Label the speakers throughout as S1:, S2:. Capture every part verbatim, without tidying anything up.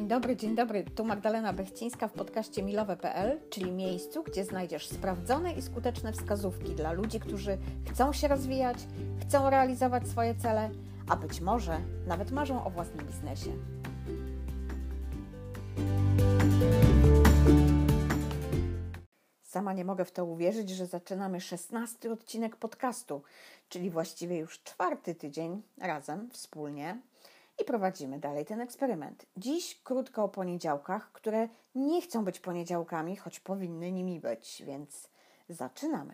S1: Dzień dobry, dzień dobry. Tu Magdalena Bechcińska w podcaście milowe kropka p l, czyli miejscu, gdzie znajdziesz sprawdzone i skuteczne wskazówki dla ludzi, którzy chcą się rozwijać, chcą realizować swoje cele, a być może nawet marzą o własnym biznesie. Sama nie mogę w to uwierzyć, że zaczynamy szesnasty odcinek podcastu, czyli właściwie już czwarty tydzień razem, wspólnie. I prowadzimy dalej ten eksperyment. Dziś krótko o poniedziałkach, które nie chcą być poniedziałkami, choć powinny nimi być, więc zaczynamy.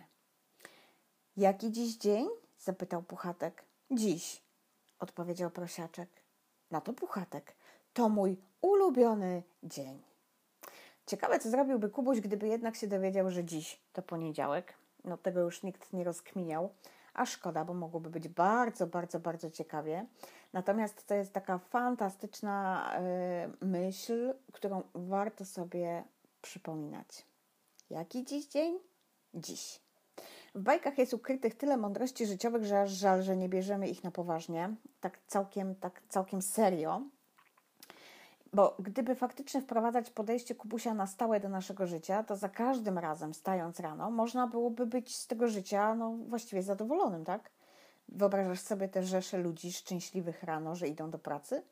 S1: Jaki dziś dzień? Zapytał Puchatek. Dziś, odpowiedział Prosiaczek. Na to Puchatek. To mój ulubiony dzień. Ciekawe, co zrobiłby Kubuś, gdyby jednak się dowiedział, że dziś to poniedziałek. No tego już nikt nie rozkminiał. A szkoda, bo mogłoby być bardzo, bardzo, bardzo ciekawie. Natomiast to jest taka fantastyczna y, myśl, którą warto sobie przypominać. Jaki dziś dzień? Dziś. W bajkach jest ukrytych tyle mądrości życiowych, że aż żal, że nie bierzemy ich na poważnie. Tak całkiem, tak całkiem serio. Bo gdyby faktycznie wprowadzać podejście Kubusia na stałe do naszego życia, to za każdym razem stając rano można byłoby być z tego życia no, właściwie zadowolonym, tak? Wyobrażasz sobie te rzesze ludzi szczęśliwych rano, że idą do pracy?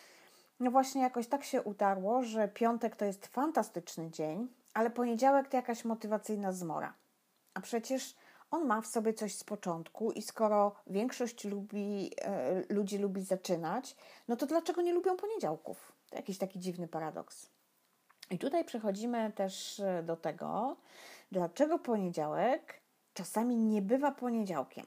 S1: No właśnie jakoś tak się utarło, że piątek to jest fantastyczny dzień, ale poniedziałek to jakaś motywacyjna zmora. A przecież on ma w sobie coś z początku i skoro większość lubi, e, ludzi lubi zaczynać, no to dlaczego nie lubią poniedziałków? To jakiś taki dziwny paradoks. I tutaj przechodzimy też do tego, dlaczego poniedziałek czasami nie bywa poniedziałkiem.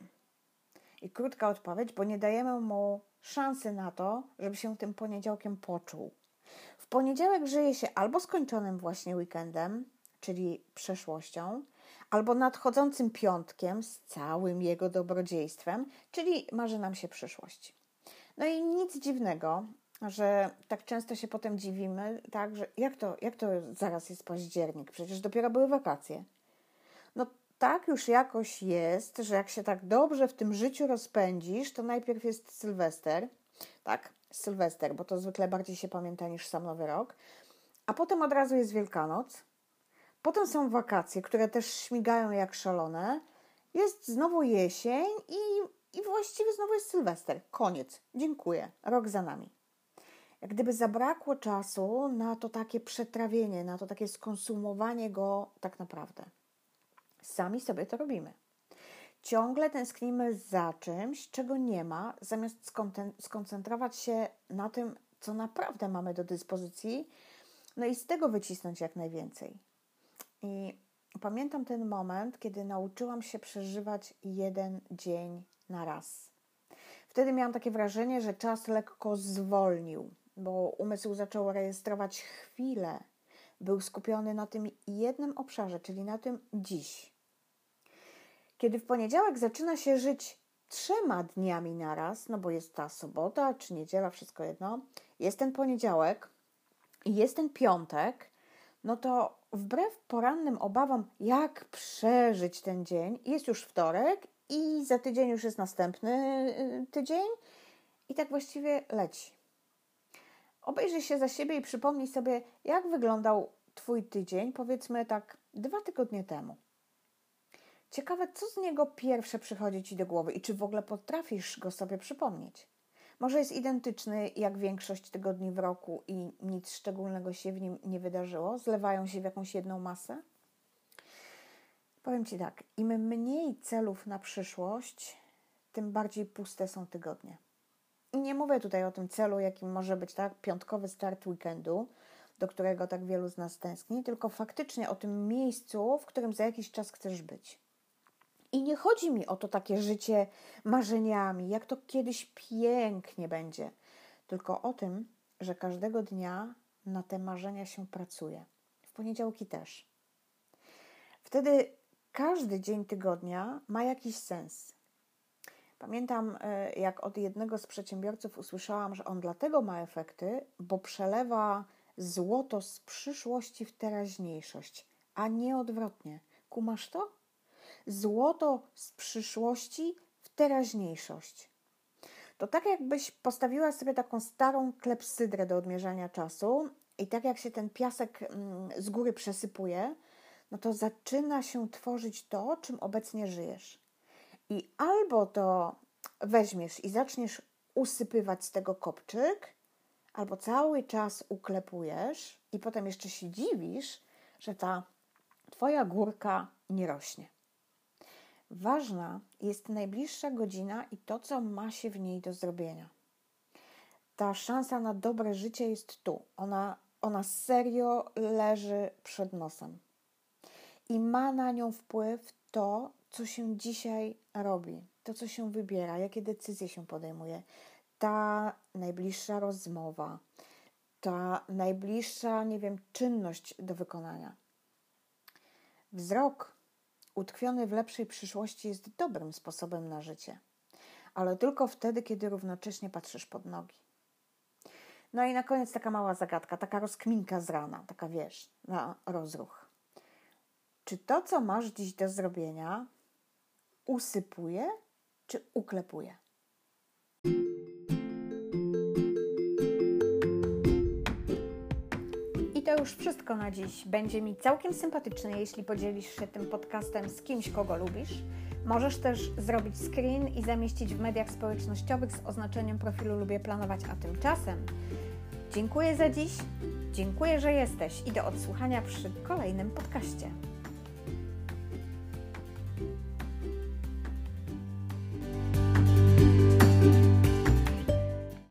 S1: I krótka odpowiedź, bo nie dajemy mu szansy na to, żeby się tym poniedziałkiem poczuł. W poniedziałek żyje się albo skończonym właśnie weekendem, czyli przeszłością, albo nadchodzącym piątkiem z całym jego dobrodziejstwem, czyli marzy nam się przyszłość. No i nic dziwnego, że tak często się potem dziwimy, tak, że jak to, jak to zaraz jest październik, przecież dopiero były wakacje. No tak już jakoś jest, że jak się tak dobrze w tym życiu rozpędzisz, to najpierw jest Sylwester, tak, Sylwester, bo to zwykle bardziej się pamięta niż sam Nowy Rok, a potem od razu jest Wielkanoc, potem są wakacje, które też śmigają jak szalone, jest znowu jesień i, i właściwie znowu jest Sylwester. Koniec. Dziękuję. Rok za nami. Jak gdyby zabrakło czasu na to takie przetrawienie, na to takie skonsumowanie go tak naprawdę. Sami sobie to robimy. Ciągle tęsknimy za czymś, czego nie ma, zamiast skoncentrować się na tym, co naprawdę mamy do dyspozycji, no i z tego wycisnąć jak najwięcej. I pamiętam ten moment, kiedy nauczyłam się przeżywać jeden dzień na raz. Wtedy miałam takie wrażenie, że czas lekko zwolnił, bo umysł zaczął rejestrować chwilę. Był skupiony na tym jednym obszarze, czyli na tym dziś. Kiedy w poniedziałek zaczyna się żyć trzema dniami naraz, no bo jest ta sobota czy niedziela, wszystko jedno, jest ten poniedziałek i jest ten piątek, no to wbrew porannym obawom, jak przeżyć ten dzień, jest już wtorek i za tydzień już jest następny tydzień i tak właściwie leci. Obejrzyj się za siebie i przypomnij sobie, jak wyglądał Twój tydzień, powiedzmy tak dwa tygodnie temu. Ciekawe, co z niego pierwsze przychodzi Ci do głowy i czy w ogóle potrafisz go sobie przypomnieć. Może jest identyczny jak większość tygodni w roku i nic szczególnego się w nim nie wydarzyło? Zlewają się w jakąś jedną masę? Powiem Ci tak, im mniej celów na przyszłość, tym bardziej puste są tygodnie. I nie mówię tutaj o tym celu, jakim może być tak piątkowy start weekendu, do którego tak wielu z nas tęskni, tylko faktycznie o tym miejscu, w którym za jakiś czas chcesz być. I nie chodzi mi o to takie życie marzeniami, jak to kiedyś pięknie będzie, tylko o tym, że każdego dnia na te marzenia się pracuje. W poniedziałki też. Wtedy każdy dzień tygodnia ma jakiś sens. Pamiętam, jak od jednego z przedsiębiorców usłyszałam, że on dlatego ma efekty, bo przelewa złoto z przyszłości w teraźniejszość, a nie odwrotnie. Kumasz to? Złoto z przyszłości w teraźniejszość. To tak jakbyś postawiła sobie taką starą klepsydrę do odmierzania czasu I tak jak się ten piasek z góry przesypuje, no to zaczyna się tworzyć to, czym obecnie żyjesz. I albo to weźmiesz i zaczniesz usypywać z tego kopczyk, albo cały czas uklepujesz i potem jeszcze się dziwisz, że ta twoja górka nie rośnie. Ważna jest najbliższa godzina i to, co ma się w niej do zrobienia. Ta szansa na dobre życie jest tu. Ona, ona serio leży przed nosem. I ma na nią wpływ to, co się dzisiaj robi, to, co się wybiera, jakie decyzje się podejmuje. Ta najbliższa rozmowa, ta najbliższa, nie wiem, czynność do wykonania. Wzrok utkwiony w lepszej przyszłości jest dobrym sposobem na życie, ale tylko wtedy, kiedy równocześnie patrzysz pod nogi. No i na koniec taka mała zagadka, taka rozkminka z rana, taka wiesz, na rozruch. Czy to, co masz dziś do zrobienia, usypuje, czy uklepuje? I to już wszystko na dziś. Będzie mi całkiem sympatyczne, jeśli podzielisz się tym podcastem z kimś, kogo lubisz. Możesz też zrobić screen i zamieścić w mediach społecznościowych z oznaczeniem profilu Lubię Planować, a tymczasem dziękuję za dziś, dziękuję, że jesteś i do odsłuchania przy kolejnym podcaście.